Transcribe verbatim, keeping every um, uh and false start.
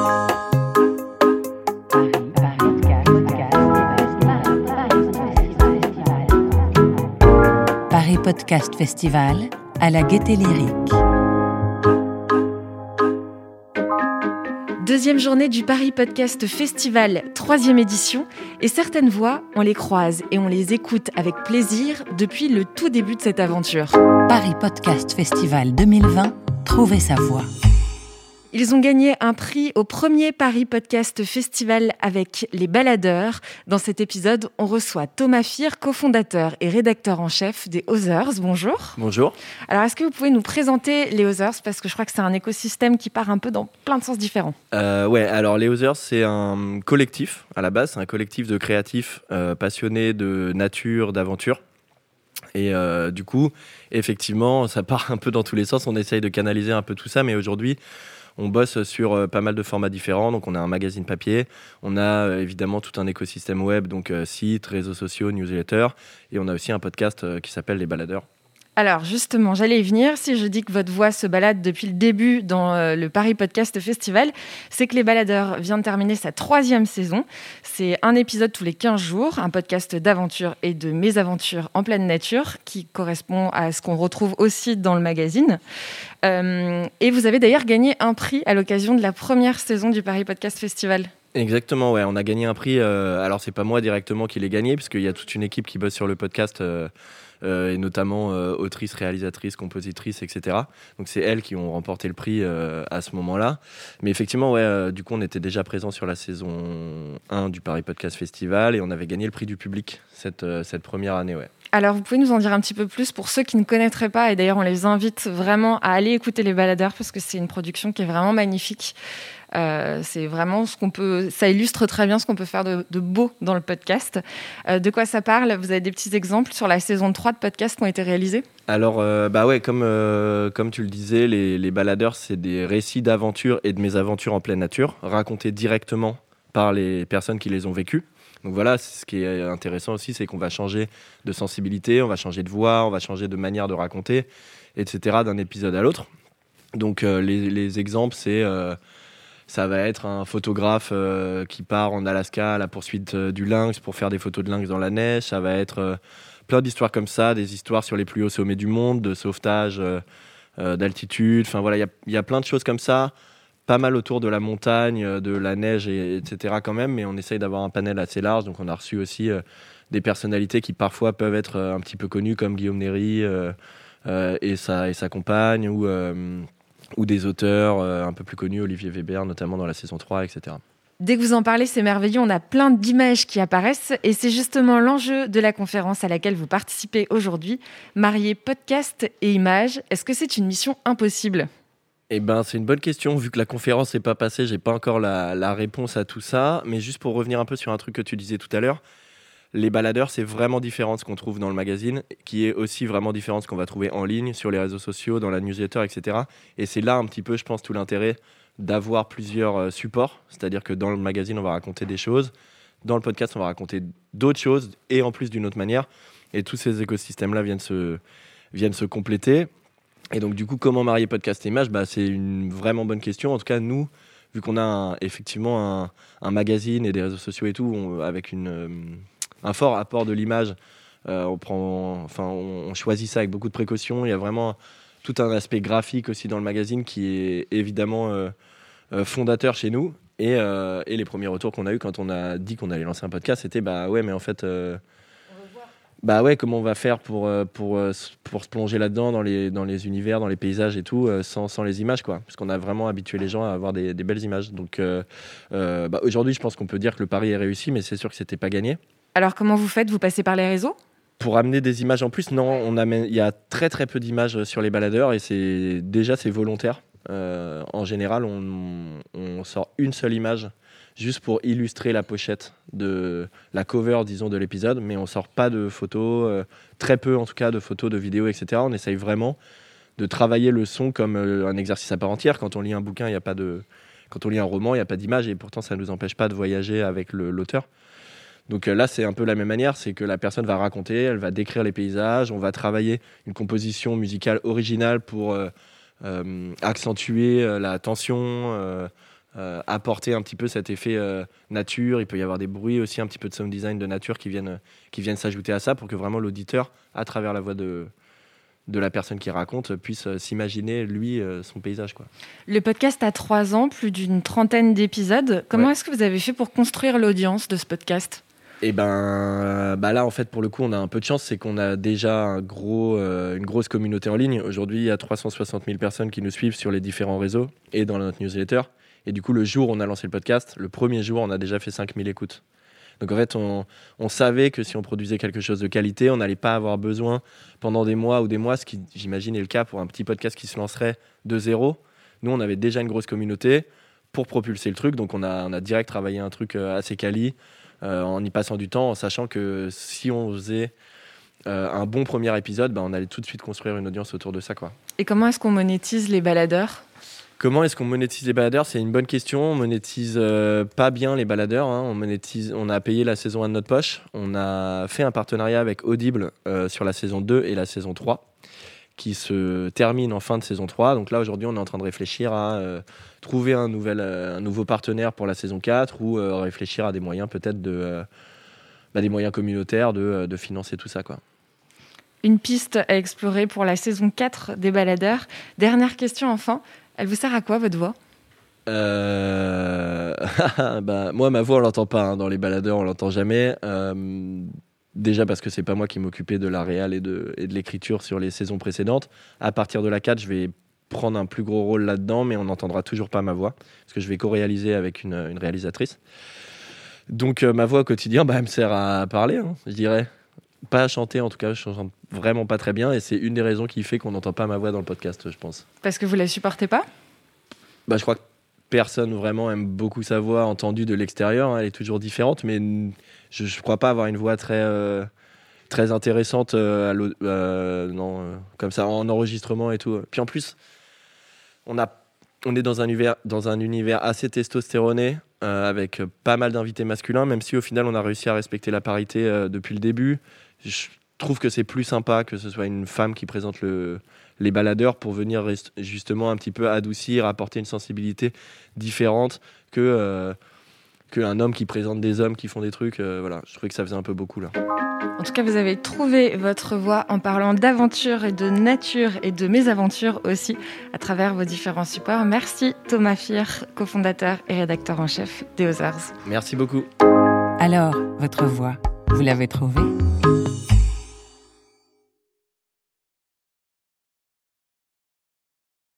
Paris Podcast Festival à la Gaîté Lyrique. Deuxième journée du Paris Podcast Festival, troisième édition, et certaines voix, on les croise et on les écoute avec plaisir depuis le tout début de cette aventure. Paris Podcast Festival deux mille vingt, trouvez sa voix. Ils ont gagné un prix au premier Paris Podcast Festival avec Les Baladeurs. Dans cet épisode, on reçoit Thomas Fier, cofondateur et rédacteur en chef des Others. Bonjour. Bonjour. Alors, est-ce que vous pouvez nous présenter les Others ? Parce que je crois que c'est un écosystème qui part un peu dans plein de sens différents. Euh, ouais, alors les Others, c'est un collectif à la base, c'est un collectif de créatifs euh, passionnés de nature, d'aventure. Et euh, du coup, effectivement, ça part un peu dans tous les sens. On essaye de canaliser un peu tout ça, mais aujourd'hui, on bosse sur euh, pas mal de formats différents. Donc, on a un magazine papier, on a euh, évidemment tout un écosystème web, donc euh, sites, réseaux sociaux, newsletters, et on a aussi un podcast euh, qui s'appelle Les Baladeurs. Alors justement, j'allais y venir. Si je dis que votre voix se balade depuis le début dans euh, le Paris Podcast Festival, c'est que Les Baladeurs vient de terminer sa troisième saison. C'est un épisode tous les quinze jours, un podcast d'aventure et de mésaventures en pleine nature qui correspond à ce qu'on retrouve aussi dans le magazine. Euh, et vous avez d'ailleurs gagné un prix à l'occasion de la première saison du Paris Podcast Festival. Exactement, ouais. On a gagné un prix. Euh, alors, c'est pas moi directement qui l'ai gagné, parce qu'il y a toute une équipe qui bosse sur le podcast, euh, euh, et notamment euh, autrices, réalisatrices, compositrices, et cetera. Donc, c'est elles qui ont remporté le prix euh, à ce moment-là. Mais effectivement, ouais, euh, du coup, on était déjà présents sur la saison un du Paris Podcast Festival et on avait gagné le prix du public cette, euh, cette première année, ouais. Alors, vous pouvez nous en dire un petit peu plus pour ceux qui ne connaîtraient pas, et d'ailleurs, on les invite vraiment à aller écouter Les Baladeurs parce que c'est une production qui est vraiment magnifique. Euh, c'est vraiment ce qu'on peut, ça illustre très bien ce qu'on peut faire de, de beau dans le podcast. Euh, de quoi ça parle ? Vous avez des petits exemples sur la saison trois de podcasts qui ont été réalisés ? Alors, euh, bah ouais, comme, euh, comme tu le disais, les, les Baladeurs, c'est des récits d'aventure et de mésaventures en pleine nature, racontés directement par les personnes qui les ont vécues. Donc voilà, ce qui est intéressant aussi, c'est qu'on va changer de sensibilité, on va changer de voix, on va changer de manière de raconter, et cetera d'un épisode à l'autre. Donc euh, les, les exemples, c'est... Euh, ça va être un photographe euh, qui part en Alaska à la poursuite euh, du lynx pour faire des photos de lynx dans la neige. Ça va être euh, plein d'histoires comme ça, des histoires sur les plus hauts sommets du monde, de sauvetage, euh, euh, d'altitude. Enfin voilà, il y, y a plein de choses comme ça, pas mal autour de la montagne, de la neige, et, etc. quand même. Mais on essaye d'avoir un panel assez large. Donc on a reçu aussi euh, des personnalités qui parfois peuvent être euh, un petit peu connues, comme Guillaume Néry euh, euh, et, sa, et sa compagne, ou... Euh, ou des auteurs euh, un peu plus connus, Olivier Weber, notamment dans la saison trois, et cetera. Dès que vous en parlez, c'est merveilleux, on a plein d'images qui apparaissent et c'est justement l'enjeu de la conférence à laquelle vous participez aujourd'hui. Marier podcast et images, est-ce que c'est une mission impossible ? Eh ben, c'est une bonne question. Vu que la conférence n'est pas passée, j'ai pas encore la, la réponse à tout ça. Mais juste pour revenir un peu sur un truc que tu disais tout à l'heure, Les Baladeurs, c'est vraiment différent de ce qu'on trouve dans le magazine, qui est aussi vraiment différent de ce qu'on va trouver en ligne, sur les réseaux sociaux, dans la newsletter, et cetera. Et c'est là un petit peu, je pense, tout l'intérêt d'avoir plusieurs euh, supports. C'est-à-dire que dans le magazine, on va raconter des choses. Dans le podcast, on va raconter d'autres choses, et en plus d'une autre manière. Et tous ces écosystèmes-là viennent se, viennent se compléter. Et donc, du coup, comment marier podcast et image ? Bah, c'est une vraiment bonne question. En tout cas, nous, vu qu'on a un, effectivement un, un magazine et des réseaux sociaux et tout, on, avec une... Euh, un fort apport de l'image, euh, on, prend, enfin, on, on choisit ça avec beaucoup de précautions. Il y a vraiment tout un aspect graphique aussi dans le magazine qui est évidemment euh, euh, fondateur chez nous. Et, euh, et les premiers retours qu'on a eu quand on a dit qu'on allait lancer un podcast, c'était bah ouais, mais en fait, euh, bah ouais, comment on va faire pour, pour, pour se plonger là-dedans, dans les, dans les univers, dans les paysages et tout, euh, sans, sans les images, quoi. Parce qu'on a vraiment habitué les gens à avoir des, des belles images. Donc euh, euh, bah, aujourd'hui, je pense qu'on peut dire que le pari est réussi, mais c'est sûr que c'était pas gagné. Alors comment vous faites ? Vous passez par les réseaux ? Pour amener des images en plus, non, on amène, il y a très très peu d'images sur les baladeurs et c'est, déjà c'est volontaire. Euh, en général, on, on sort une seule image juste pour illustrer la pochette de la cover, disons, de l'épisode, mais on sort pas de photos, euh, très peu en tout cas de photos, de vidéos, et cetera. On essaye vraiment de travailler le son comme euh, un exercice à part entière. Quand on lit un bouquin, il y a pas de, quand on lit un roman, il y a pas d'image et pourtant ça ne nous empêche pas de voyager avec le, l'auteur. Donc là, c'est un peu la même manière, c'est que la personne va raconter, elle va décrire les paysages, on va travailler une composition musicale originale pour euh, euh, accentuer euh, la tension, euh, euh, apporter un petit peu cet effet euh, nature. Il peut y avoir des bruits aussi, un petit peu de sound design de nature qui viennent, qui viennent s'ajouter à ça pour que vraiment l'auditeur, à travers la voix de, de la personne qui raconte, puisse euh, s'imaginer, lui, euh, son paysage, quoi. Le podcast a trois ans, plus d'une trentaine d'épisodes. Comment Ouais. est-ce que vous avez fait pour construire l'audience de ce podcast ? Et ben, euh, bah là, en fait, pour le coup, on a un peu de chance, c'est qu'on a déjà un gros, euh, une grosse communauté en ligne. Aujourd'hui, il y a trois cent soixante mille personnes qui nous suivent sur les différents réseaux et dans notre newsletter. Et du coup, le jour où on a lancé le podcast, le premier jour, on a déjà fait cinq mille écoutes. Donc en fait, on, on savait que si on produisait quelque chose de qualité, on n'allait pas avoir besoin pendant des mois ou des mois, ce qui, j'imagine, est le cas pour un petit podcast qui se lancerait de zéro. Nous, on avait déjà une grosse communauté pour propulser le truc. Donc on a, on a direct travaillé un truc assez quali. Euh, en y passant du temps, en sachant que si on faisait euh, un bon premier épisode, bah, on allait tout de suite construire une audience autour de ça, quoi. Et comment est-ce qu'on monétise les baladeurs ? Comment est-ce qu'on monétise les baladeurs ? C'est une bonne question. On monétise euh, pas bien les baladeurs, hein. On monétise, on a payé la saison un de notre poche. On a fait un partenariat avec Audible euh, sur la saison deux et la saison trois, qui se termine en fin de saison trois. Donc là, aujourd'hui, on est en train de réfléchir à euh, trouver un, nouvel, euh, un nouveau partenaire pour la saison quatre ou euh, réfléchir à des moyens peut-être de, euh, bah, des moyens communautaires de, de financer tout ça, quoi. Une piste à explorer pour la saison quatre des baladeurs. Dernière question enfin, elle vous sert à quoi votre voix ? euh... bah, Moi, ma voix, on l'entend pas, hein. Dans les baladeurs, on l'entend jamais. Euh... Déjà parce que c'est pas moi qui m'occupais de la réal et de, et de l'écriture sur les saisons précédentes. À partir de la quatre, je vais prendre un plus gros rôle là-dedans, mais on n'entendra toujours pas ma voix, parce que je vais co-réaliser avec une, une réalisatrice. Donc euh, ma voix au quotidien, bah, elle me sert à parler, hein, je dirais. Pas à chanter, en tout cas, je chante vraiment pas très bien, et c'est une des raisons qui fait qu'on n'entend pas ma voix dans le podcast, je pense. Parce que vous la supportez pas ? Bah, je crois que personne vraiment aime beaucoup sa voix entendue de l'extérieur, hein, elle est toujours différente, mais je ne crois pas avoir une voix très, euh, très intéressante euh, à euh, non, euh, comme ça, en enregistrement et tout. Puis en plus, on, a, on est dans un univers, dans un univers assez testostéroné, euh, avec pas mal d'invités masculins, même si au final on a réussi à respecter la parité euh, depuis le début. Je trouve que c'est plus sympa que ce soit une femme qui présente le... les baladeurs pour venir rest- justement un petit peu adoucir, apporter une sensibilité différente que euh, qu'un homme qui présente des hommes qui font des trucs. Euh, voilà, je trouvais que ça faisait un peu beaucoup là. En tout cas, vous avez trouvé votre voix en parlant d'aventure et de nature et de mésaventures aussi à travers vos différents supports. Merci Thomas Fier, cofondateur et rédacteur en chef des Others. Merci beaucoup. Alors, votre voix, vous l'avez trouvée ?